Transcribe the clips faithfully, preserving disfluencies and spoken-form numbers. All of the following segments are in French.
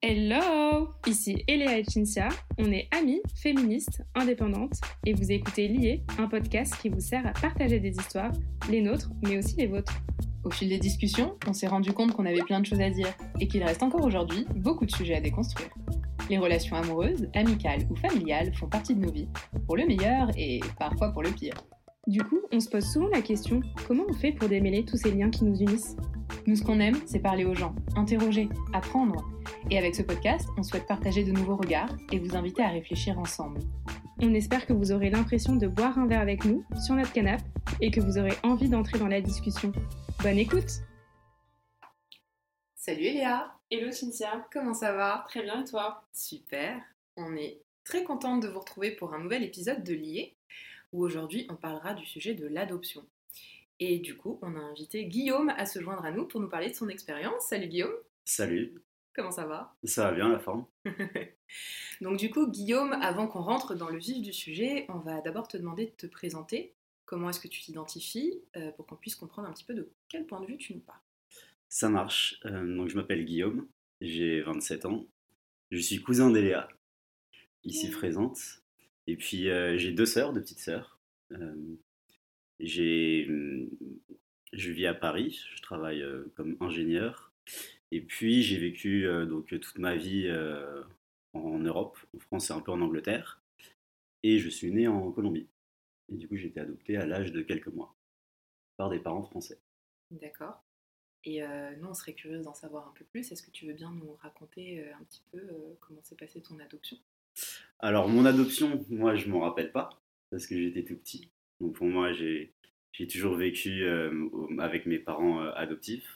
Hello! Ici Eléa et Cinzia, on est amies, féministes, indépendantes, et vous écoutez Liées, un podcast qui vous sert à partager des histoires, les nôtres, mais aussi les vôtres. Au fil des discussions, on s'est rendu compte qu'on avait plein de choses à dire, et qu'il reste encore aujourd'hui beaucoup de sujets à déconstruire. Les relations amoureuses, amicales ou familiales font partie de nos vies, pour le meilleur et parfois pour le pire. Du coup, on se pose souvent la question, comment on fait pour démêler tous ces liens qui nous unissent? Nous, ce qu'on aime, c'est parler aux gens, interroger, apprendre. Et avec ce podcast, on souhaite partager de nouveaux regards et vous inviter à réfléchir ensemble. On espère que vous aurez l'impression de boire un verre avec nous, sur notre canapé, et que vous aurez envie d'entrer dans la discussion. Bonne écoute! Salut Eléa! Hello Cinzia! Comment ça va? Très bien, et toi? Super! On est très contente de vous retrouver pour un nouvel épisode de Liées, où aujourd'hui on parlera du sujet de l'adoption. Et du coup, on a invité Guillaume à se joindre à nous pour nous parler de son expérience. Salut Guillaume! Salut! Comment ça va? Ça va bien, la forme. Donc du coup, Guillaume, avant qu'on rentre dans le vif du sujet, on va d'abord te demander de te présenter. Comment est-ce que tu t'identifies euh, pour qu'on puisse comprendre un petit peu de quel point de vue tu nous parles. Ça marche. Euh, donc je m'appelle Guillaume, j'ai vingt-sept ans. Je suis cousin d'Eléa, ici mmh. présente. Et puis euh, j'ai deux sœurs, deux petites sœurs. Euh, j'ai, je vis à Paris, je travaille euh, comme ingénieur. Et puis j'ai vécu euh, donc toute ma vie euh, en Europe, en France et un peu en Angleterre. Et je suis né en Colombie. Et du coup j'ai été adopté à l'âge de quelques mois par des parents français. D'accord. Et euh, nous on serait curieuse d'en savoir un peu plus. Est-ce que tu veux bien nous raconter euh, un petit peu euh, comment s'est passée ton adoption? Alors mon adoption, moi je m'en rappelle pas parce que j'étais tout petit. Donc pour moi j'ai, j'ai toujours vécu euh, avec mes parents euh, adoptifs.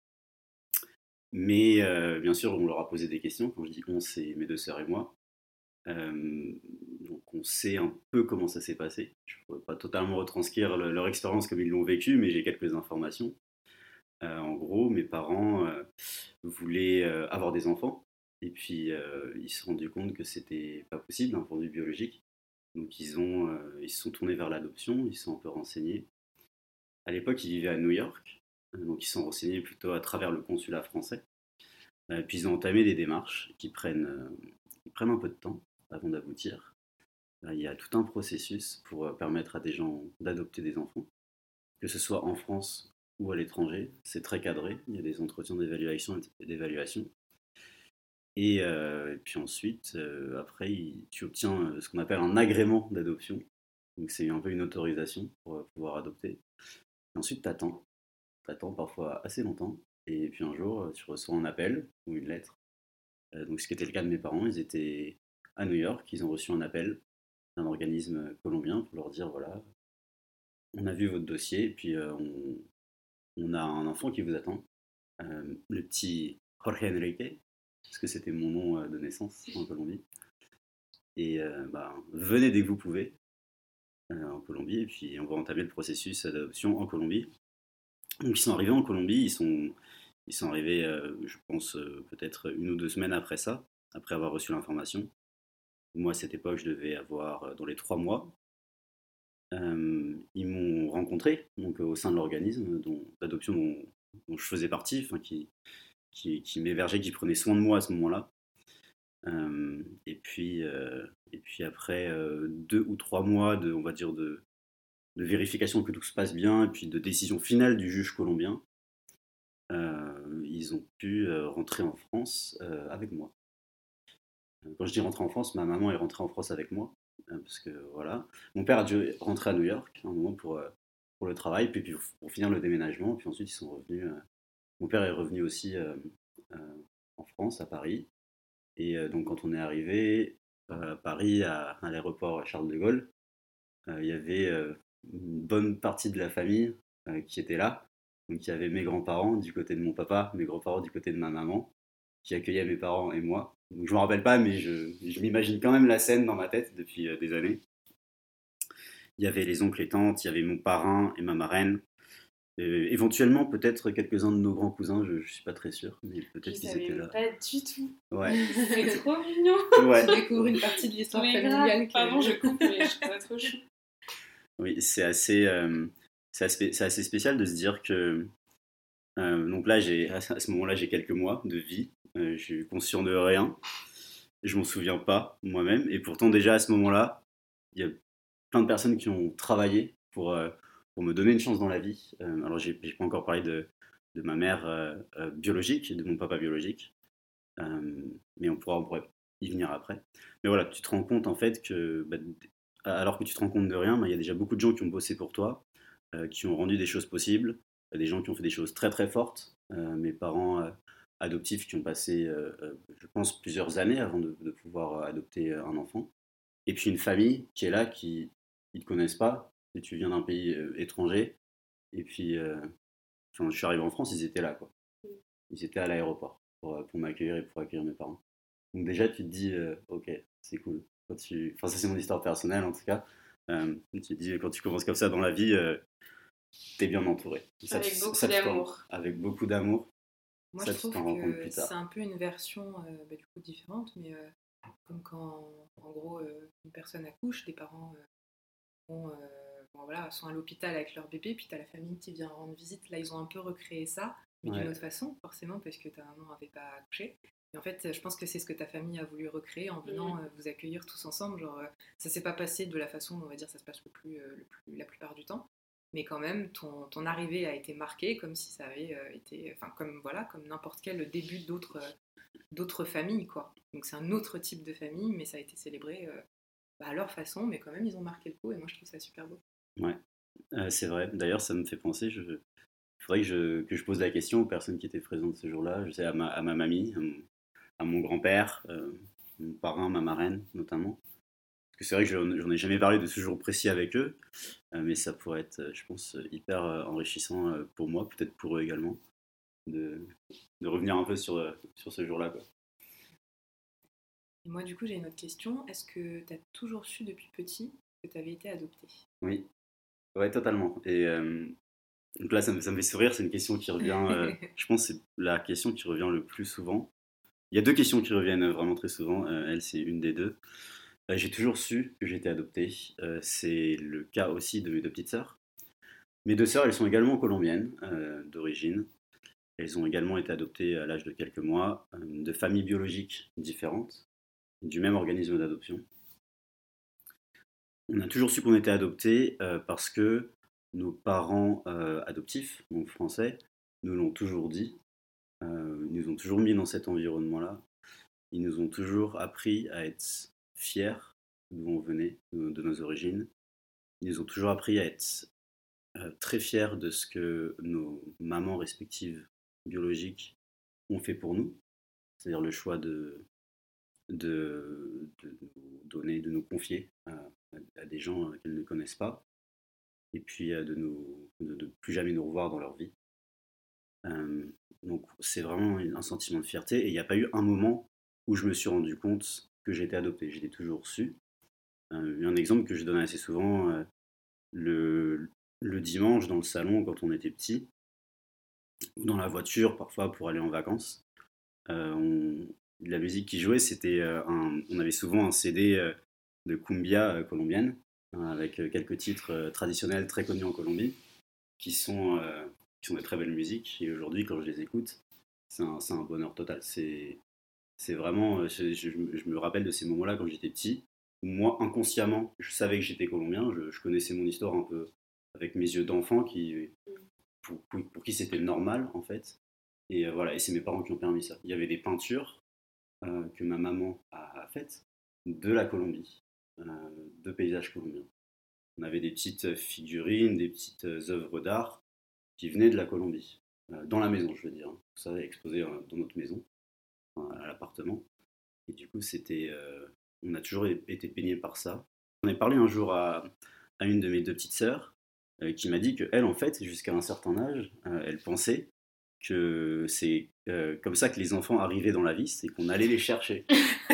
Mais euh, bien sûr, on leur a posé des questions. Quand je dis on, c'est mes deux sœurs et moi. Euh, donc on sait un peu comment ça s'est passé. Je ne pourrais pas totalement retranscrire le, leur expérience comme ils l'ont vécu, mais j'ai quelques informations. Euh, en gros, mes parents euh, voulaient euh, avoir des enfants. Et puis, euh, ils se sont rendus compte que c'était pas possible d'un point de vue biologique. Donc ils, ont, euh, ils se sont tournés vers l'adoption, ils se sont un peu renseignés. À l'époque, ils vivaient à New York. Donc ils se sont renseignés plutôt à travers le consulat français. Euh, puis ils ont entamé des démarches qui prennent, euh, qui prennent un peu de temps avant d'aboutir. Euh, il y a tout un processus pour euh, permettre à des gens d'adopter des enfants, que ce soit en France ou à l'étranger. C'est très cadré, il y a des entretiens d'évaluation et d'évaluation. Et, euh, et puis ensuite, euh, après, il, tu obtiens ce qu'on appelle un agrément d'adoption. Donc c'est un peu une autorisation pour euh, pouvoir adopter. Et ensuite, tu attends. Tu attends parfois assez longtemps. Et puis un jour, tu reçois un appel ou une lettre. Euh, donc ce qui était le cas de mes parents, ils étaient à New York, ils ont reçu un appel d'un organisme colombien pour leur dire voilà, on a vu votre dossier, et puis euh, on, on a un enfant qui vous attend. Euh, le petit Jorge Enrique, parce que c'était mon nom euh, de naissance en Colombie. Et euh, bah, venez dès que vous pouvez euh, en Colombie, et puis on va entamer le processus d'adoption en Colombie. Donc ils sont arrivés en Colombie, ils sont, ils sont arrivés, euh, je pense, euh, peut-être une ou deux semaines après ça, après avoir reçu l'information. Moi, à cette époque, je devais avoir euh, dans les trois mois. Euh, ils m'ont rencontré donc, au sein de l'organisme dont, d'adoption dont, dont je faisais partie, enfin, qui, qui, qui m'hébergeait, qui prenait soin de moi à ce moment-là. Euh, et, puis, euh, et puis après euh, deux ou trois mois de, on va dire, de, de vérification que tout se passe bien et puis de décision finale du juge colombien, euh, ils ont pu euh, rentrer en France euh, avec moi. Quand je dis rentrer en France, ma maman est rentrée en France avec moi, euh, parce que voilà, mon père a dû rentrer à New York un moment pour, euh, pour le travail, puis, puis pour finir le déménagement, puis ensuite ils sont revenus. Euh, mon père est revenu aussi euh, euh, en France, à Paris, et euh, donc quand on est arrivé euh, à Paris, à, à l'aéroport Charles de Gaulle, euh, il y avait euh, une bonne partie de la famille euh, qui était là. Donc il y avait mes grands-parents du côté de mon papa, mes grands-parents du côté de ma maman, qui accueillaient mes parents et moi. Donc je me rappelle pas, mais je, je m'imagine quand même la scène dans ma tête depuis euh, des années. Il y avait les oncles et tantes, il y avait mon parrain et ma marraine. Euh, éventuellement, peut-être quelques-uns de nos grands cousins, je, je suis pas très sûr, mais peut-être je qu'ils étaient là. Pas du tout. Ouais. C'est trop mignon. Ouais. Tu découvres une partie de l'histoire mais familiale. Que... Pardon, je coupe, mais je trouve ça trop chou. Oui, c'est assez, euh, c'est assez, c'est assez spécial de se dire que euh, donc là, j'ai, à ce moment-là, j'ai quelques mois de vie. Euh, je suis conscient de rien. Je m'en souviens pas moi-même. Et pourtant, déjà à ce moment-là, il y a plein de personnes qui ont travaillé pour, euh, pour me donner une chance dans la vie. Euh, alors, j'ai, j'ai pas encore parlé de, de ma mère euh, euh, biologique et de mon papa biologique. Euh, mais on pourra, on pourrait y venir après. Mais voilà, tu te rends compte en fait que, bah, alors que tu te rends compte de rien, bah, il y a déjà beaucoup de gens qui ont bossé pour toi, euh, qui ont rendu des choses possibles, euh, des gens qui ont fait des choses très très fortes. Euh, mes parents euh, adoptifs qui ont passé, euh, euh, je pense, plusieurs années avant de, de pouvoir adopter un enfant. Et puis une famille qui est là, qui ne te connaissent pas, et tu viens d'un pays euh, étranger. Et puis, euh, quand je suis arrivé en France, ils étaient là, quoi. Ils étaient à l'aéroport pour, euh, pour m'accueillir et pour accueillir mes parents. Donc déjà, tu te dis, euh, ok, c'est cool. Quand tu... Enfin, ça, c'est mon histoire personnelle, en tout cas. Euh, tu te dis, quand tu commences comme ça dans la vie, euh, t'es bien entouré. Ça, Avec tu- beaucoup ça, tu t'en- d'amour. Avec beaucoup d'amour. Moi, Ça, je tu trouve t'en rends compte que plus c'est tard. un peu une version euh, bah, du coup différente, mais euh, comme quand, en gros, euh, une personne accouche, les parents euh, vont, euh, bon, voilà, sont à l'hôpital avec leur bébé, puis tu as la famille qui vient rendre visite. Là, ils ont un peu recréé ça, mais d'une Ouais. autre façon, forcément, parce que ta maman n'avait pas accouché. Et en fait, je pense que c'est ce que ta famille a voulu recréer en venant euh, vous accueillir tous ensemble. Genre, euh, ça s'est pas passé de la façon, on va dire, ça se passe le plus, euh, le plus, la plupart du temps. Mais quand même, ton, ton arrivée a été marquée comme si ça avait euh, été, enfin, comme voilà, comme n'importe quel début d'autres, euh, d'autres familles, quoi. Donc c'est un autre type de famille, mais ça a été célébré euh, bah, à leur façon, mais quand même, ils ont marqué le coup, et moi, je trouve ça super beau. Ouais, Euh, c'est vrai. D'ailleurs, ça me fait penser, je... il faudrait que je, que je pose la question aux personnes qui étaient présentes ce jour-là, je sais, à ma, à ma mamie, à mon, à mon grand-père, euh, mon parrain, ma marraine notamment. Parce que c'est vrai que j'en j'en ai jamais parlé de ce jour précis avec eux, euh, mais ça pourrait être, euh, je pense, euh, hyper euh, enrichissant euh, pour moi, peut-être pour eux également, de, de revenir un peu sur, euh, sur ce jour-là, quoi. Et moi, du coup, j'ai une autre question. Est-ce que tu as toujours su depuis petit que tu avais été adopté? Oui, ouais, totalement. Et euh, donc là, ça me, ça me fait sourire, c'est une question qui revient, euh, je pense que c'est la question qui revient le plus souvent. Il y a deux questions qui reviennent vraiment très souvent, euh, elle, c'est une des deux. Euh, j'ai toujours su que j'étais adopté, euh, c'est le cas aussi de mes deux petites sœurs. Mes deux sœurs, elles sont également colombiennes euh, d'origine. Elles ont également été adoptées à l'âge de quelques mois, euh, de familles biologiques différentes, du même organisme d'adoption. On a toujours su qu'on était adoptés euh, parce que nos parents euh, adoptifs, donc français, nous l'ont toujours dit. Euh, ils nous ont toujours mis dans cet environnement-là. Ils nous ont toujours appris à être fiers d'où on venait, de, de nos origines. Ils nous ont toujours appris à être euh, très fiers de ce que nos mamans respectives biologiques ont fait pour nous, c'est-à-dire le choix de, de, de nous donner, de nous confier à, à des gens qu'elles ne connaissent pas, et puis euh, de nous, de ne plus jamais nous revoir dans leur vie. Euh, donc c'est vraiment un sentiment de fierté, et il n'y a pas eu un moment où je me suis rendu compte que j'étais adopté. Je l'ai toujours su. Euh, un exemple que je donne assez souvent, euh, le, le dimanche dans le salon quand on était petit, ou dans la voiture parfois pour aller en vacances, euh, on- la musique qui jouait, c'était euh, un, on avait souvent un C D euh, de cumbia euh, colombienne, hein, avec euh, quelques titres euh, traditionnels très connus en Colombie, qui sont, euh, qui sont de très belles musiques. Et aujourd'hui, quand je les écoute, c'est un, c'est un bonheur total. C'est, c'est vraiment, euh, je, je- je me rappelle de ces moments-là quand j'étais petit, où moi, inconsciemment, je savais que j'étais colombien, je, je connaissais mon histoire un peu avec mes yeux d'enfant, qui, pour, pour- pour qui c'était normal, en fait. Et euh, voilà, et c'est mes parents qui ont permis ça. Il y avait des peintures euh, que ma maman a, a faites de la Colombie, euh, de paysages colombiens. On avait des petites figurines, des petites œuvres d'art qui venaient de la Colombie, euh, dans la maison, je veux dire. Tout ça est exposé euh, dans notre maison, euh, à l'appartement. Et du coup, c'était, euh, on a toujours été baigné par ça. On a parlé un jour à, à une de mes deux petites sœurs euh, qui m'a dit qu'elle, en fait, jusqu'à un certain âge, euh, elle pensait que c'est euh, comme ça que les enfants arrivaient dans la vie, c'est qu'on allait les chercher.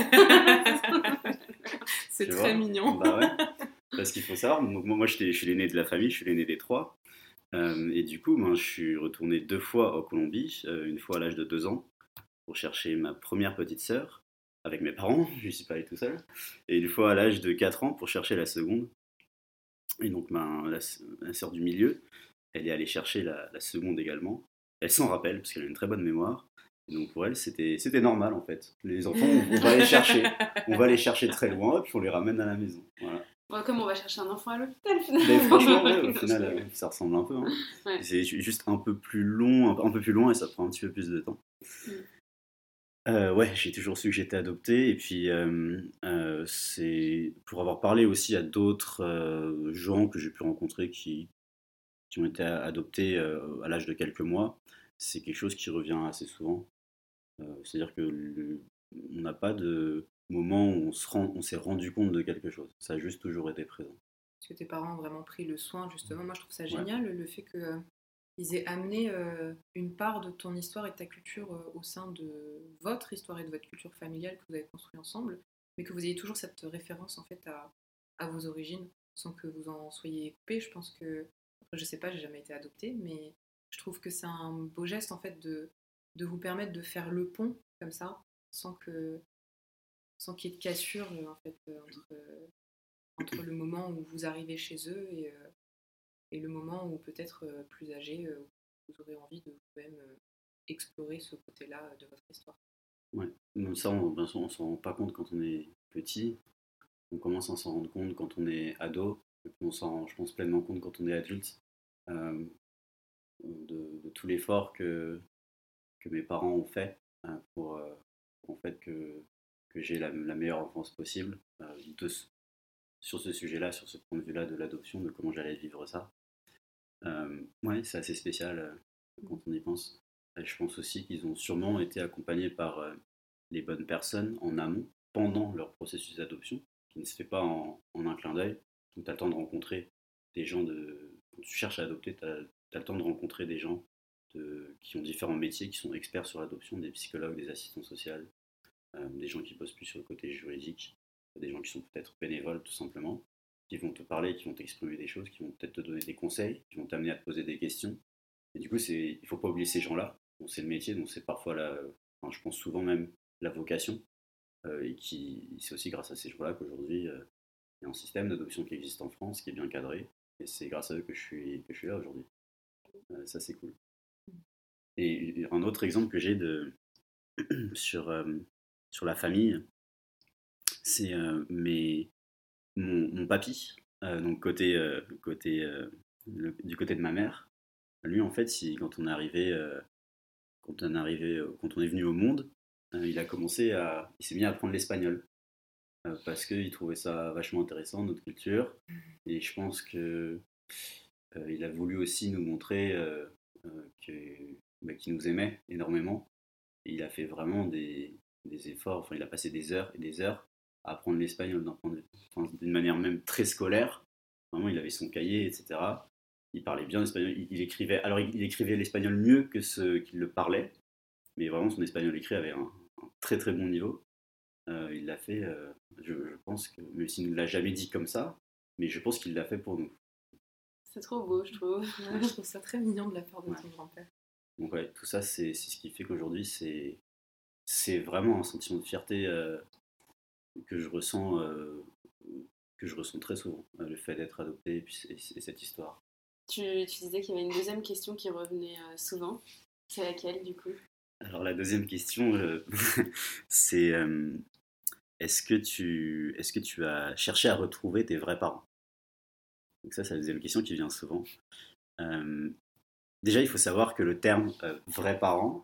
C'est Tu très vois. mignon. Bah ouais. Parce qu'il faut savoir, donc moi, moi je suis l'aîné de la famille, je suis l'aîné des trois. Euh, et du coup, ben, je suis retourné deux fois en Colombie, euh, une fois à l'âge de deux ans, pour chercher ma première petite sœur, avec mes parents, je ne suis pas allé tout seul, et une fois à l'âge de quatre ans pour chercher la seconde. Et donc ben, la, la sœur du milieu, elle est allée chercher la, la seconde également. Elle s'en rappelle, parce qu'elle a une très bonne mémoire. Et donc pour elle, c'était, c'était normal en fait. Les enfants, on, on va les chercher. On va les chercher très loin, puis on les ramène à la maison. Voilà. Bon, comme on va chercher un enfant à l'hôpital, finalement. Mais franchement, ouais, au final, euh, ça ressemble un peu. Hein. Ouais. C'est ju- juste un peu plus long, un, peu- un peu plus loin et ça prend un petit peu plus de temps. Mm. Euh, ouais, j'ai toujours su que j'étais adopté et puis euh, euh, c'est pour avoir parlé aussi à d'autres euh, gens que j'ai pu rencontrer qui, qui ont été a- adoptés euh, à l'âge de quelques mois, c'est quelque chose qui revient assez souvent. Euh, c'est-à-dire que le- on n'a pas de moment où on se rend, on s'est rendu compte de quelque chose. Ça a juste toujours été présent. Parce que tes parents ont vraiment pris le soin, justement. Moi, je trouve ça Ouais. génial, le fait que euh, ils aient amené euh, une part de ton histoire et de ta culture euh, au sein de votre histoire et de votre culture familiale que vous avez construit ensemble, mais que vous ayez toujours cette référence en fait à, à vos origines, sans que vous en soyez coupé. Je pense que, après, je sais pas, j'ai jamais été adoptée, mais je trouve que c'est un beau geste en fait de, de vous permettre de faire le pont comme ça, sans que sans qu'il y ait de cassure euh, en fait euh, entre, euh, entre le moment où vous arrivez chez eux et, euh, et le moment où peut-être euh, plus âgé, euh, vous aurez envie de vous-même euh, explorer ce côté-là de votre histoire. Ouais. Donc ça, on, bien sûr, on s'en rend pas compte quand on est petit. On commence à s'en rendre compte quand on est ado. Et puis on s'en rend, je pense, pleinement compte quand on est adulte. Euh, de, de tout l'effort que, que mes parents ont fait euh, pour, euh, pour en fait que, que j'ai la, la meilleure enfance possible euh, de ce- sur ce sujet-là, sur ce point de vue-là de l'adoption, de comment j'allais vivre ça. Euh, ouais, c'est assez spécial euh, quand on y pense. Et je pense aussi qu'ils ont sûrement été accompagnés par euh, les bonnes personnes en amont, pendant leur processus d'adoption, qui ne se fait pas en, en un clin d'œil. Donc tu as le temps de rencontrer des gens de... Quand tu cherches à adopter, tu as, le temps de rencontrer des gens de, qui ont différents métiers, qui sont experts sur l'adoption, des psychologues, des assistants sociaux, euh, des gens qui bossent plus sur le côté juridique, des gens qui sont peut-être bénévoles tout simplement, qui vont te parler, qui vont t'exprimer des choses, qui vont peut-être te donner des conseils, qui vont t'amener à te poser des questions. Et du coup, c'est, il ne faut pas oublier ces gens-là, dont c'est le métier, dont c'est parfois la, enfin, je pense souvent même la vocation, euh, et qui, c'est aussi grâce à ces gens-là qu'aujourd'hui, euh, il y a un système d'adoption qui existe en France, qui est bien cadré, et c'est grâce à eux que je suis, que je suis là aujourd'hui. Euh, ça, c'est cool. Et un autre exemple que j'ai de, sur, euh, sur la famille, c'est euh, mes, mon, mon papy, euh, donc côté, euh, côté, euh, le- du côté de ma mère. Lui, en fait, si, quand on est arrivé, euh, quand on est arrivé, euh, quand on est venu au monde, euh, il a commencé à, il s'est mis à apprendre l'espagnol euh, parce qu'il trouvait ça vachement intéressant, notre culture. Et je pense que euh, il a voulu aussi nous montrer euh, euh, que, bah, qu'il nous aimait énormément. Et il a fait vraiment des, des efforts. Enfin, il a passé des heures et des heures à apprendre l'espagnol d'un point de- enfin, d'une manière même très scolaire. Vraiment, il avait son cahier, et cetera. Il parlait bien l'espagnol. Il, il écrivait. Alors, il, il écrivait l'espagnol mieux que ce qu'il le parlait, mais vraiment, son espagnol écrit avait un, un très très bon niveau. Euh, il l'a fait. euh, je, je pense que, même s'il ne l'a jamais dit comme ça, mais je pense qu'il l'a fait pour nous. C'est trop beau, je trouve. Ouais, je trouve ça très mignon de la part de Ouais. ton grand-père. Donc ouais, tout ça, c'est c'est ce qui fait qu'aujourd'hui, c'est c'est vraiment un sentiment de fierté euh, que je ressens euh, que je ressens très souvent, euh, le fait d'être adopté et, puis, et, et cette histoire. Tu, tu disais qu'il y avait une deuxième question qui revenait euh, souvent. C'est laquelle, du coup? Alors la deuxième question, euh, c'est euh, est-ce que tu est-ce que tu as cherché à retrouver tes vrais parents? Donc ça, c'est la deuxième question qui vient souvent. Euh, déjà, il faut savoir que le terme euh, vrai parent,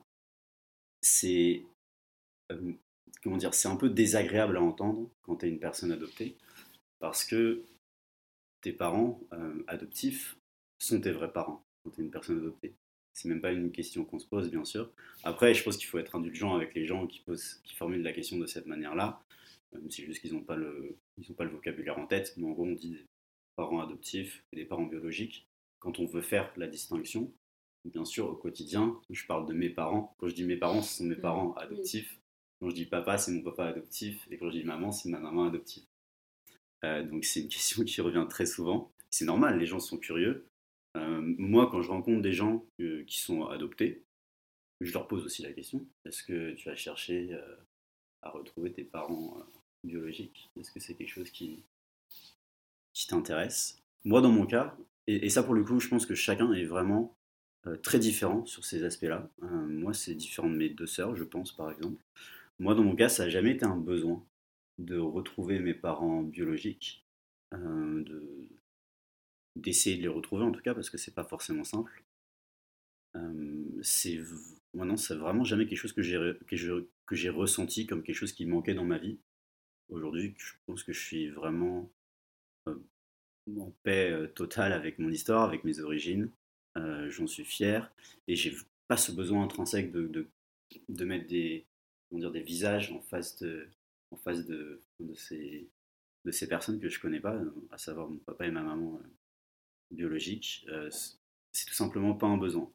c'est euh, comment dire, c'est un peu désagréable à entendre quand tu es une personne adoptée, parce que tes parents euh, adoptifs sont tes vrais parents quand tu es une personne adoptée. C'est même pas une question qu'on se pose, bien sûr. Après, je pense qu'il faut être indulgent avec les gens qui, posent, qui formulent la question de cette manière-là. Même si c'est juste qu'ils n'ont pas, le, ils ont pas le vocabulaire en tête. Mais en gros, on dit des parents adoptifs et des parents biologiques. Quand on veut faire la distinction, bien sûr, au quotidien, je parle de mes parents. Quand je dis mes parents, ce sont mes parents adoptifs. Quand je dis papa, c'est mon papa adoptif. Et quand je dis maman, c'est ma maman adoptive. Euh, donc c'est une question qui revient très souvent. C'est normal, les gens sont curieux. Euh, moi, quand je rencontre des gens euh, qui sont adoptés, je leur pose aussi la question, est-ce que tu as cherché euh, à retrouver tes parents euh, biologiques? Est-ce que c'est quelque chose qui, qui t'intéresse? Moi, dans mon cas, et, et ça pour le coup, je pense que chacun est vraiment euh, très différents sur ces aspects-là. Euh, moi, c'est différent de mes deux sœurs, je pense, par exemple. Moi, dans mon cas, ça n'a jamais été un besoin de retrouver mes parents biologiques, euh, de, d'essayer de les retrouver en tout cas, parce que c'est pas forcément simple. Euh, c'est Maintenant, c'est vraiment jamais quelque chose que j'ai, que, je, que j'ai ressenti comme quelque chose qui manquait dans ma vie. Aujourd'hui, je pense que je suis vraiment euh, en paix euh, totale avec mon histoire, avec mes origines. Euh, j'en suis fier et j'ai pas ce besoin intrinsèque de, de, de mettre des, comment dire, des visages en face de, en face de, de, ces, de ces personnes que je connais pas, à savoir mon papa et ma maman euh, biologiques. Euh, c'est tout simplement pas un besoin.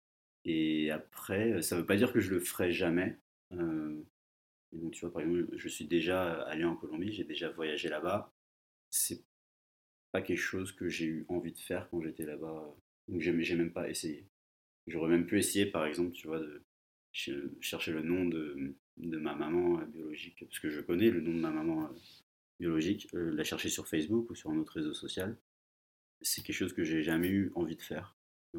Et après, ça veut pas dire que je le ferai jamais. Euh, donc, tu vois, par exemple, je suis déjà allé en Colombie, j'ai déjà voyagé là-bas. C'est pas quelque chose que j'ai eu envie de faire quand j'étais là-bas. Donc j'ai, j'ai même pas essayé. J'aurais même pu essayer, par exemple, tu vois, de chercher le nom de, de ma maman euh, biologique, parce que je connais le nom de ma maman euh, biologique, euh, la chercher sur Facebook ou sur un autre réseau social. C'est quelque chose que j'ai jamais eu envie de faire.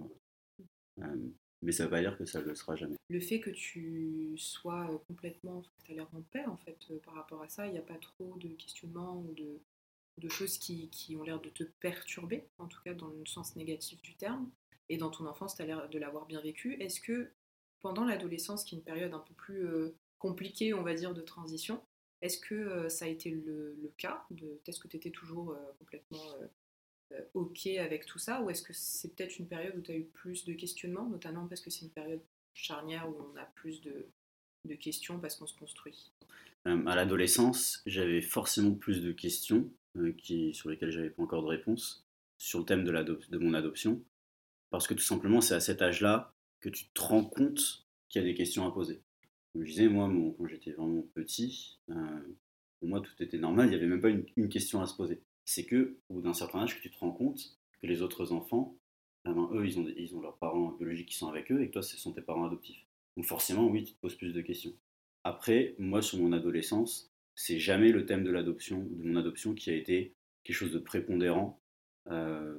Euh, mais ça veut pas dire que ça le sera jamais. Le fait que tu sois euh, complètement, tu as l'air en paix en fait euh, par rapport à ça, il n'y a pas trop de questionnements ou de, de choses qui, qui ont l'air de te perturber, en tout cas dans le sens négatif du terme. Et dans ton enfance, tu as l'air de l'avoir bien vécu. Est-ce que pendant l'adolescence, qui est une période un peu plus euh, compliquée, on va dire, de transition, est-ce que euh, ça a été le, le cas de, est-ce que tu étais toujours euh, complètement euh, euh, OK avec tout ça, ou est-ce que c'est peut-être une période où tu as eu plus de questionnements, notamment parce que c'est une période charnière où on a plus de, de questions parce qu'on se construit? Euh, à l'adolescence, j'avais forcément plus de questions euh, qui, sur lesquelles j'avais pas encore de réponse sur le thème de, de mon adoption, parce que tout simplement, c'est à cet âge-là que tu te rends compte qu'il y a des questions à poser. Comme je disais, moi, mon, quand j'étais vraiment petit, euh, pour moi, tout était normal, il n'y avait même pas une, une question à se poser. C'est que, au bout d'un certain âge, que tu te rends compte que les autres enfants, eh ben, eux, ils ont, ils ont leurs parents biologiques qui sont avec eux, et que toi, ce sont tes parents adoptifs. Donc forcément, oui, tu te poses plus de questions. Après, moi, sur mon adolescence, c'est jamais le thème de l'adoption, de mon adoption, qui a été quelque chose de prépondérant. Euh,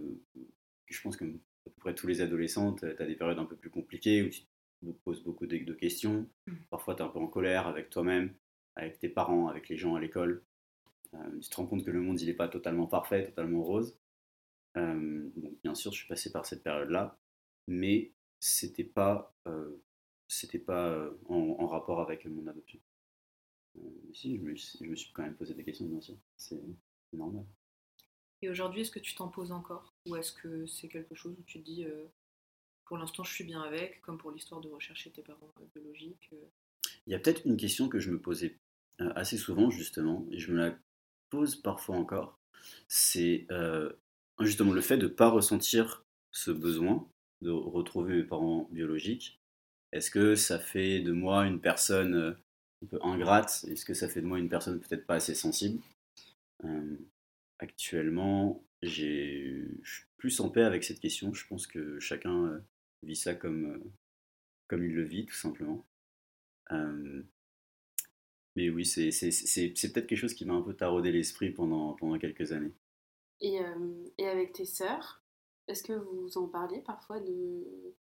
je pense que à peu près tous les adolescents, tu as des périodes un peu plus compliquées où tu te poses beaucoup de, de questions. Parfois, tu es un peu en colère avec toi-même, avec tes parents, avec les gens à l'école. Euh, tu te rends compte que le monde, il n'est pas totalement parfait, totalement rose. Euh, donc, bien sûr, je suis passé par cette période-là, mais c'était pas, euh, c'était pas euh, en, en rapport avec mon adoption. Euh, si, je me, je me suis quand même posé des questions, bien sûr. C'est normal. Et aujourd'hui, est-ce que tu t'en poses encore? Ou est-ce que c'est quelque chose où tu te dis, euh, pour l'instant, je suis bien avec, comme pour l'histoire de rechercher tes parents euh, biologiques euh... Il y a peut-être une question que je me posais euh, assez souvent, justement, et je me la pose parfois encore. C'est euh, justement le fait de ne pas ressentir ce besoin de retrouver mes parents biologiques. Est-ce que ça fait de moi une personne euh, un peu ingrate? Est-ce que ça fait de moi une personne peut-être pas assez sensible? Euh, Actuellement, j'ai, je suis plus en paix avec cette question. Je pense que chacun euh, vit ça comme, euh, comme il le vit, tout simplement. Euh, mais oui, c'est, c'est, c'est, c'est peut-être quelque chose qui m'a un peu taraudé l'esprit pendant, pendant quelques années. Et, euh, et avec tes sœurs, est-ce que vous en parlez parfois de,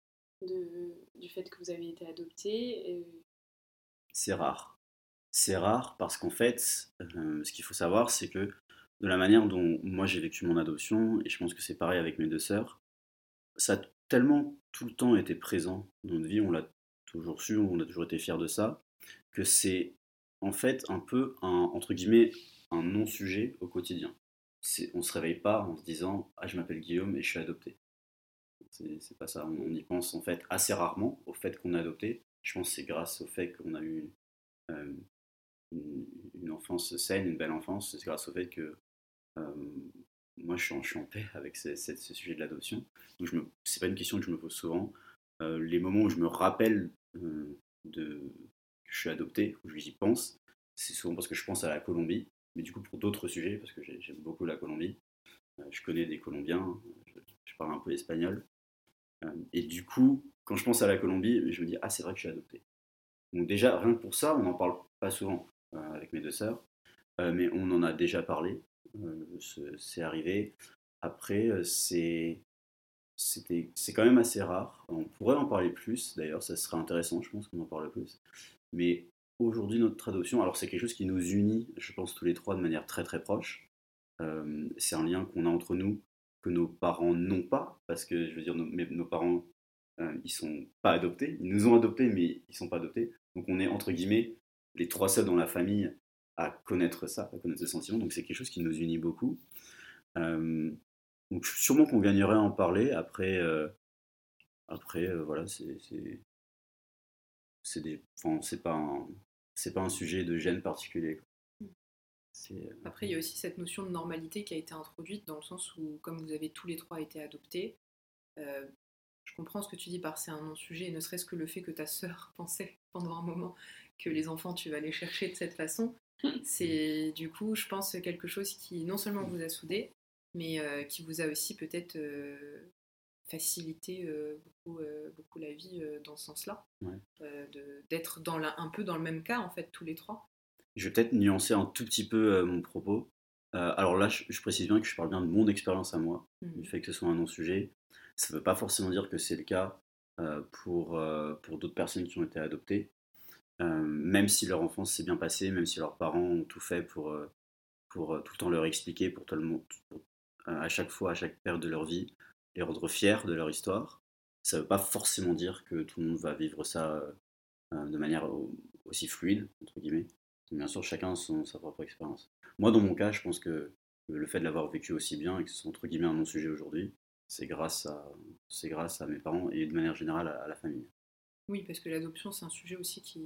de, du fait que vous avez été adopté et... C'est rare. C'est rare parce qu'en fait, euh, ce qu'il faut savoir, c'est que de la manière dont moi j'ai vécu mon adoption, et je pense que c'est pareil avec mes deux sœurs, ça a tellement tout le temps été présent dans notre vie, on l'a toujours su, on a toujours été fiers de ça, que c'est en fait un peu un, entre guillemets, un non-sujet au quotidien. C'est, on se réveille pas en se disant « Ah, je m'appelle Guillaume et je suis adopté ». C'est, c'est pas ça, on, on y pense en fait assez rarement au fait qu'on est adopté. Je pense que c'est grâce au fait qu'on a eu euh, une, une enfance saine, une belle enfance, c'est grâce au fait que euh, moi je suis, en, je suis en paix avec ce, ce, ce sujet de l'adoption. Donc je me, c'est pas une question que je me pose souvent. Euh, les moments où je me rappelle euh, de, que je suis adopté, où j'y pense, c'est souvent parce que je pense à la Colombie, mais du coup pour d'autres sujets, parce que j'aime beaucoup la Colombie. Euh, je connais des Colombiens, je, je parle un peu espagnol. Euh, et du coup, quand je pense à la Colombie, je me dis ah c'est vrai que je suis adopté. Donc déjà, rien que pour ça, on n'en parle pas souvent euh, avec mes deux sœurs, euh, mais on en a déjà parlé, euh, c'est arrivé. Après, euh, c'est c'était, c'est quand même assez rare. On pourrait en parler plus, d'ailleurs, ça serait intéressant, je pense qu'on en parle plus. Mais aujourd'hui, notre adoption, alors c'est quelque chose qui nous unit, je pense, tous les trois de manière très très proche. Euh, c'est un lien qu'on a entre nous, que nos parents n'ont pas, parce que, je veux dire, nos, mes- nos parents, euh, ils sont pas adoptés. Ils nous ont adoptés, mais ils sont pas adoptés. Donc on est, entre guillemets, les trois seuls dans la famille à connaître ça, à connaître ce sentiment. Donc c'est quelque chose qui nous unit beaucoup. Euh, donc sûrement qu'on gagnerait à en parler. Après, euh, après euh, voilà, c'est c'est c'est des, enfin, c'est pas un, c'est pas un sujet de gêne particulier, quoi. C'est, euh, Après, il y a aussi cette notion de normalité qui a été introduite dans le sens où, comme vous avez tous les trois été adoptés, euh, je comprends ce que tu dis par c'est un non-sujet, et ne serait-ce que le fait que ta sœur pensait pendant un moment que les enfants, tu vas les chercher de cette façon, c'est du coup, je pense, quelque chose qui non seulement vous a soudés, mais euh, qui vous a aussi peut-être euh, facilité euh, beaucoup, euh, beaucoup la vie euh, dans ce sens-là, ouais. euh, de- d'être dans la, un peu dans le même cas, en fait, tous les trois. Je vais peut-être nuancer un tout petit peu euh, mon propos. Euh, alors là, je, je précise bien que je parle bien de mon expérience à moi, Mhm. du fait que ce soit un non-sujet. Ça ne veut pas forcément dire que c'est le cas euh, pour, euh, pour d'autres personnes qui ont été adoptées. Euh, même si leur enfance s'est bien passée, même si leurs parents ont tout fait pour, euh, pour euh, tout le temps leur expliquer, pour tout le monde, pour, euh, à chaque fois, à chaque période de leur vie, les rendre fiers de leur histoire. Ça ne veut pas forcément dire que tout le monde va vivre ça euh, de manière au- aussi fluide, entre guillemets. Bien sûr, chacun a son, sa propre expérience. Moi, dans mon cas, je pense que le fait de l'avoir vécu aussi bien et que ce soit entre guillemets un non-sujet aujourd'hui, c'est grâce à, c'est grâce à mes parents et de manière générale à, à la famille. Oui, parce que l'adoption, c'est un sujet aussi qui,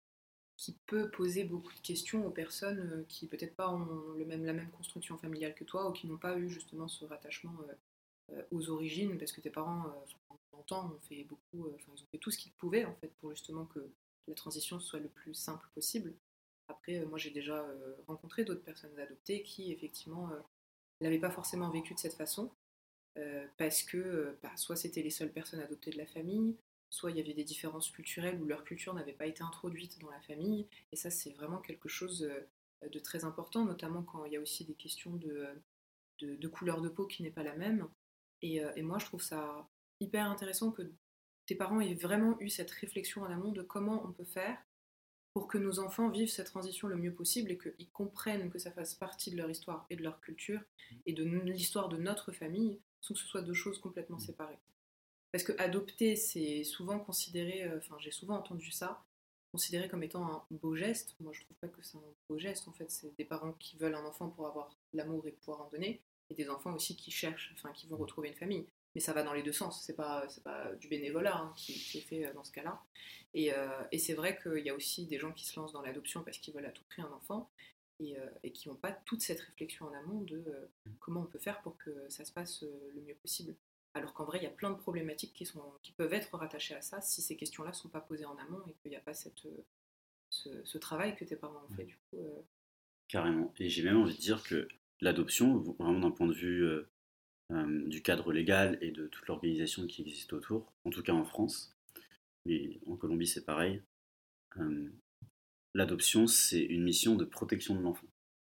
qui peut poser beaucoup de questions aux personnes euh, qui peut-être pas ont le même, la même construction familiale que toi ou qui n'ont pas eu justement ce rattachement euh, euh, aux origines, parce que tes parents, euh, enfin, longtemps, ont fait beaucoup, euh, enfin, ils ont fait tout ce qu'ils pouvaient en fait pour justement que la transition soit le plus simple possible. Après, euh, moi j'ai déjà euh, rencontré d'autres personnes adoptées qui effectivement euh, l'avaient pas forcément vécu de cette façon, euh, parce que euh, bah, soit c'était les seules personnes adoptées de la famille, soit il y avait des différences culturelles où leur culture n'avait pas été introduite dans la famille, et ça c'est vraiment quelque chose euh, de très important, notamment quand il y a aussi des questions de, de, de couleur de peau qui n'est pas la même. Et, euh, et moi je trouve ça hyper intéressant que tes parents aient vraiment eu cette réflexion en amont de comment on peut faire pour que nos enfants vivent cette transition le mieux possible et qu'ils comprennent que ça fasse partie de leur histoire et de leur culture et de l'histoire de notre famille, sans que ce soit deux choses complètement séparées. Parce que adopter, c'est souvent considéré, euh, enfin j'ai souvent entendu ça, considéré comme étant un beau geste. Moi je trouve pas que c'est un beau geste, en fait c'est des parents qui veulent un enfant pour avoir l'amour et pouvoir en donner, et des enfants aussi qui cherchent, enfin qui vont retrouver une famille. Mais ça va dans les deux sens, c'est pas, c'est pas du bénévolat hein, qui, qui, est fait dans ce cas-là. Et, euh, et c'est vrai qu'il y a aussi des gens qui se lancent dans l'adoption parce qu'ils veulent à tout prix un enfant, et, euh, et qui n'ont pas toute cette réflexion en amont de euh, comment on peut faire pour que ça se passe euh, le mieux possible. Alors qu'en vrai, il y a plein de problématiques qui, sont, qui peuvent être rattachées à ça si ces questions-là ne sont pas posées en amont et qu'il n'y a pas cette, euh, ce, ce travail que tes parents ont fait. Du coup, euh... Carrément. Et j'ai même envie de dire que l'adoption, vraiment d'un point de vue euh, euh, du cadre légal et de toute l'organisation qui existe autour, en tout cas en France, mais en Colombie c'est pareil, euh, l'adoption c'est une mission de protection de l'enfant.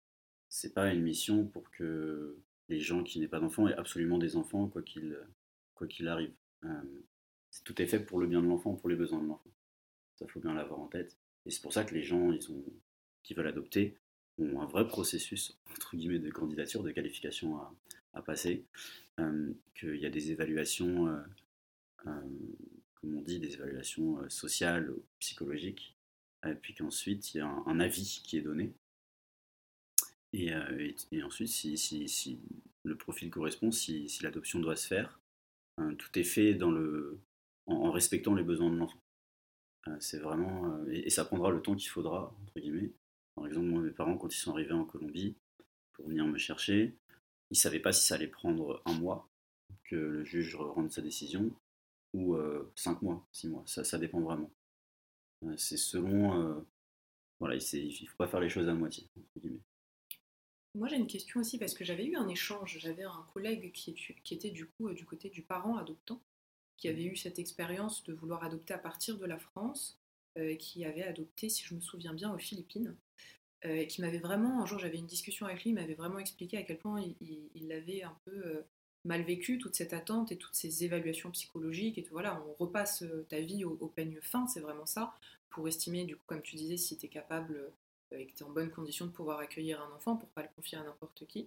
C'est pas une mission pour que les gens qui n'aient pas d'enfants aient absolument des enfants, quoi qu'il quoi qu'il arrive. Euh, c'est tout est fait pour le bien de l'enfant, pour les besoins de l'enfant. Ça faut bien l'avoir en tête. Et c'est pour ça que les gens ils ont, qui veulent adopter ont un vrai processus entre guillemets de candidature, de qualification à, à passer. Euh, qu'il y a des évaluations, euh, euh, comme on dit, des évaluations euh, sociales, psychologiques, et puis qu'ensuite il y a un, un avis qui est donné. Et, euh, et, et ensuite, si, si, si le profil correspond, si, si l'adoption doit se faire, hein, tout est fait dans le, en, en respectant les besoins de l'enfant. Euh, c'est vraiment, euh, et, et ça prendra le temps qu'il faudra, entre guillemets. Par exemple, moi, mes parents, quand ils sont arrivés en Colombie pour venir me chercher, ils ne savaient pas si ça allait prendre un mois que le juge rende sa décision ou euh, cinq mois, six mois. Ça, ça dépend vraiment. Euh, c'est selon, euh, voilà, il ne faut pas faire les choses à moitié, entre guillemets. Moi j'ai une question aussi parce que j'avais eu un échange, j'avais un collègue qui, qui était du coup euh, du côté du parent adoptant, qui avait eu cette expérience de vouloir adopter à partir de la France, euh, qui avait adopté, si je me souviens bien, aux Philippines, euh, et qui m'avait vraiment, un jour j'avais une discussion avec lui, il m'avait vraiment expliqué à quel point il, il, il l'avait un peu euh, mal vécu, toute cette attente et toutes ces évaluations psychologiques et tout, voilà, on repasse ta vie au, au peigne fin, c'est vraiment ça, pour estimer, du coup, comme tu disais, si tu es capable euh, et que tu es en bonne condition de pouvoir accueillir un enfant pour pas le confier à n'importe qui.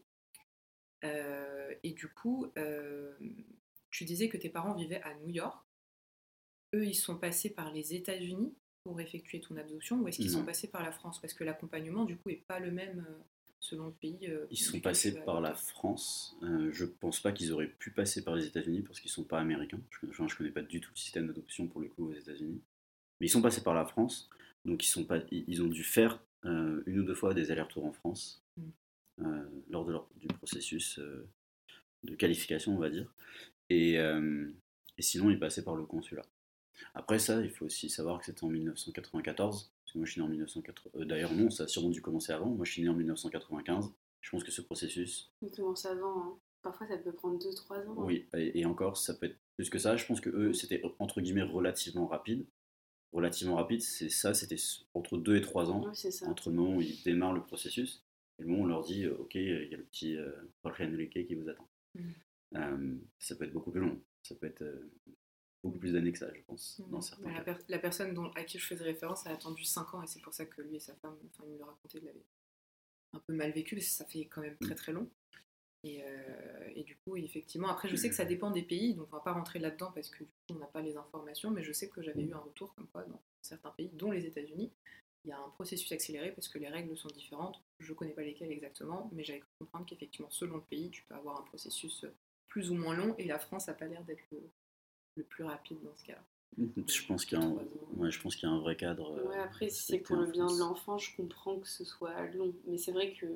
Euh, et du coup, euh, tu disais que tes parents vivaient à New York. Eux, ils sont passés par les États-Unis pour effectuer ton adoption, ou est-ce qu'ils Non. sont passés par la France? Parce que l'accompagnement, du coup, est pas le même euh, selon le pays. Euh, Ils sont passés par la France. Euh, je pense pas qu'ils auraient pu passer par les États-Unis parce qu'ils sont pas américains. Je, enfin, je connais pas du tout le système d'adoption pour le coup aux États-Unis. Mais ils sont passés par la France, donc ils, sont pas, ils ont dû faire euh, une ou deux fois des allers-retours en France Mm. euh, lors de leur, du processus euh, de qualification, on va dire. Et, euh, et sinon, ils passaient par le consulat. Après ça, il faut aussi savoir que c'était en mille neuf cent quatre-vingt-quatorze, parce que moi je suis né en mille neuf cent quatre-vingts. Euh, d'ailleurs non, ça a sûrement dû commencer avant. Moi je suis né en mille neuf cent quatre-vingt-quinze. Je pense que ce processus... Il commence avant, hein. Parfois ça peut prendre deux trois ans. Hein. Oui, et, et encore, ça peut être plus que ça. Je pense que eux, c'était entre guillemets relativement rapide. Relativement rapide, c'est ça, c'était entre deux et trois ans, Oui, c'est ça. entre le moment où ils démarrent le processus et le moment où on leur dit euh, ok, il y a le petit euh, Jorge Enrique qui vous attend. Mm. Euh, ça peut être beaucoup plus long, ça peut être euh, beaucoup plus d'années que ça, je pense, Mm. dans certains la, cas. per- la personne dont, à qui je faisais référence a attendu cinq ans, et c'est pour ça que lui et sa femme, enfin, il me le racontait, il l'avait un peu mal vécu, parce que ça fait quand même très très long. Et, euh, et du coup, effectivement, après, je sais que ça dépend des pays, donc on va pas rentrer là-dedans parce que du coup, on n'a pas les informations, mais je sais que j'avais eu un retour comme quoi, dans certains pays, dont les États-Unis, il y a un processus accéléré parce que les règles sont différentes. Je connais pas lesquelles exactement, mais j'avais cru comprendre qu'effectivement, selon le pays, tu peux avoir un processus plus ou moins long, et la France n'a pas l'air d'être le, le plus rapide dans ce cas-là. Je pense qu'il y a un, ouais, je pense qu'il y a un vrai cadre. Ouais, après, si c'est pour le bien de l'enfant, je comprends que ce soit long. Mais c'est vrai que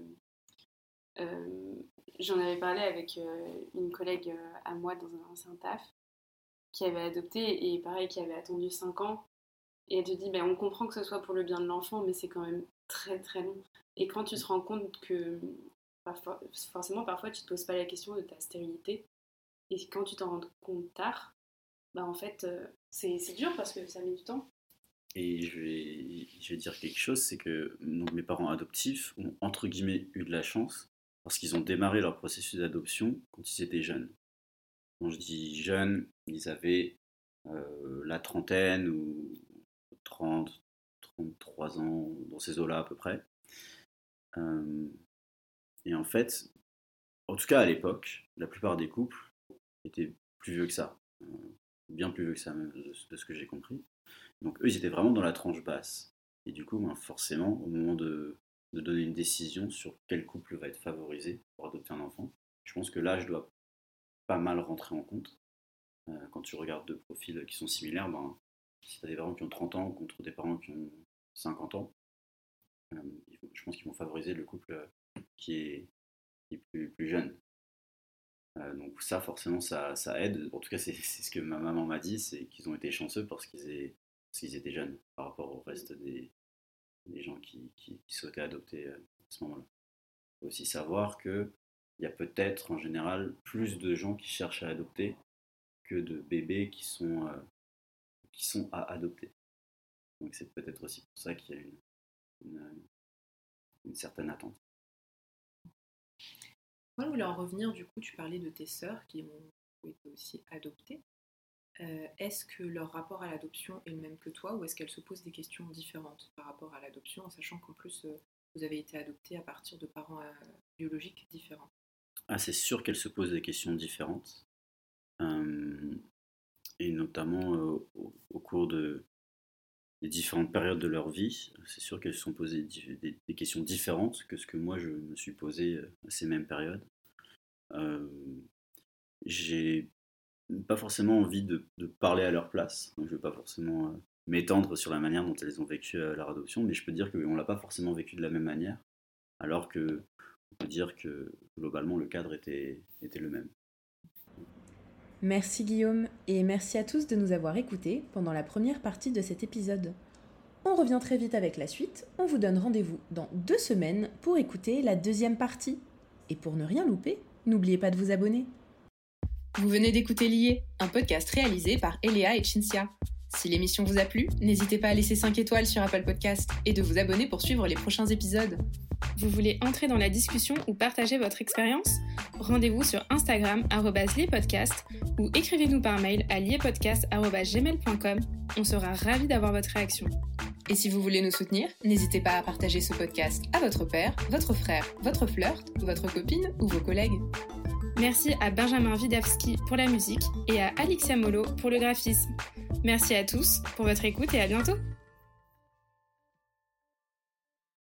euh, j'en avais parlé avec euh, une collègue euh, à moi dans un ancien taf qui avait adopté et pareil, qui avait attendu cinq ans. Et elle te dit, ben, on comprend que ce soit pour le bien de l'enfant, mais c'est quand même très très long. Et quand tu te rends compte que parfois, forcément, parfois, tu te poses pas la question de ta stérilité. Et quand tu t'en rends compte tard, bah en fait, euh, c'est, c'est dur parce que ça met du temps. Et je vais, je vais dire quelque chose, c'est que donc, mes parents adoptifs ont entre guillemets eu de la chance parce qu'ils ont démarré leur processus d'adoption quand ils étaient jeunes. Quand je dis jeunes, ils avaient euh, la trentaine ou trente, trente-trois ans, dans ces eaux-là à peu près. Euh, et en fait, en tout cas à l'époque, la plupart des couples étaient plus vieux que ça. Euh, bien plus vieux que ça même, de, de ce que j'ai compris. Donc eux, ils étaient vraiment dans la tranche basse. Et du coup, ben, forcément, au moment de, de donner une décision sur quel couple va être favorisé pour adopter un enfant, je pense que l'âge doit pas mal rentrer en compte. Euh, quand tu regardes deux profils qui sont similaires, ben, si tu as des parents qui ont trente ans contre des parents qui ont cinquante ans, euh, je pense qu'ils vont favoriser le couple qui est, qui est plus, plus jeune. Euh, donc ça, forcément, ça, ça aide. En tout cas, c'est, c'est ce que ma maman m'a dit, c'est qu'ils ont été chanceux parce qu'ils, aient, parce qu'ils étaient jeunes par rapport au reste des, des gens qui, qui, qui souhaitaient adopter à ce moment-là. Il faut aussi savoir qu'il y a peut-être en général plus de gens qui cherchent à adopter que de bébés qui sont, euh, qui sont à adopter. Donc c'est peut-être aussi pour ça qu'il y a une, une, une certaine attente. Moi, je voulais en revenir, du coup, tu parlais de tes sœurs qui ont été aussi adoptées. Euh, est-ce que leur rapport à l'adoption est le même que toi, ou est-ce qu'elles se posent des questions différentes par rapport à l'adoption, en sachant qu'en plus, euh, vous avez été adoptés à partir de parents euh, biologiques différents? Ah, c'est sûr qu'elles se posent des questions différentes. Euh, et notamment euh, au, au cours de, des différentes périodes de leur vie, c'est sûr qu'elles se sont posées des, des questions différentes que ce que moi je me suis posé à ces mêmes périodes. Euh, j'ai pas forcément envie de, de parler à leur place, donc je ne vais pas forcément euh, m'étendre sur la manière dont elles ont vécu euh, leur adoption, mais je peux dire qu'on ne l'a pas forcément vécu de la même manière, alors que on peut dire que globalement le cadre était, était le même. Merci Guillaume, et merci à tous de nous avoir écoutés pendant la première partie de cet épisode. On revient très vite avec la suite, on vous donne rendez-vous dans deux semaines pour écouter la deuxième partie. Et pour ne rien louper, n'oubliez pas de vous abonner. Vous venez d'écouter Lié, un podcast réalisé par Eléa et Cinzia. Si l'émission vous a plu, n'hésitez pas à laisser cinq étoiles sur Apple Podcast et de vous abonner pour suivre les prochains épisodes. Vous voulez entrer dans la discussion ou partager votre expérience ? Rendez-vous sur Instagram arobase liepodcast ou écrivez-nous par mail à liepodcast arobase gmail point com. On sera ravis d'avoir votre réaction. Et si vous voulez nous soutenir, n'hésitez pas à partager ce podcast à votre père, votre frère, votre flirt, votre copine ou vos collègues. Merci à Benjamin Widawski pour la musique et à Alexia Molo pour le graphisme. Merci à tous pour votre écoute et à bientôt.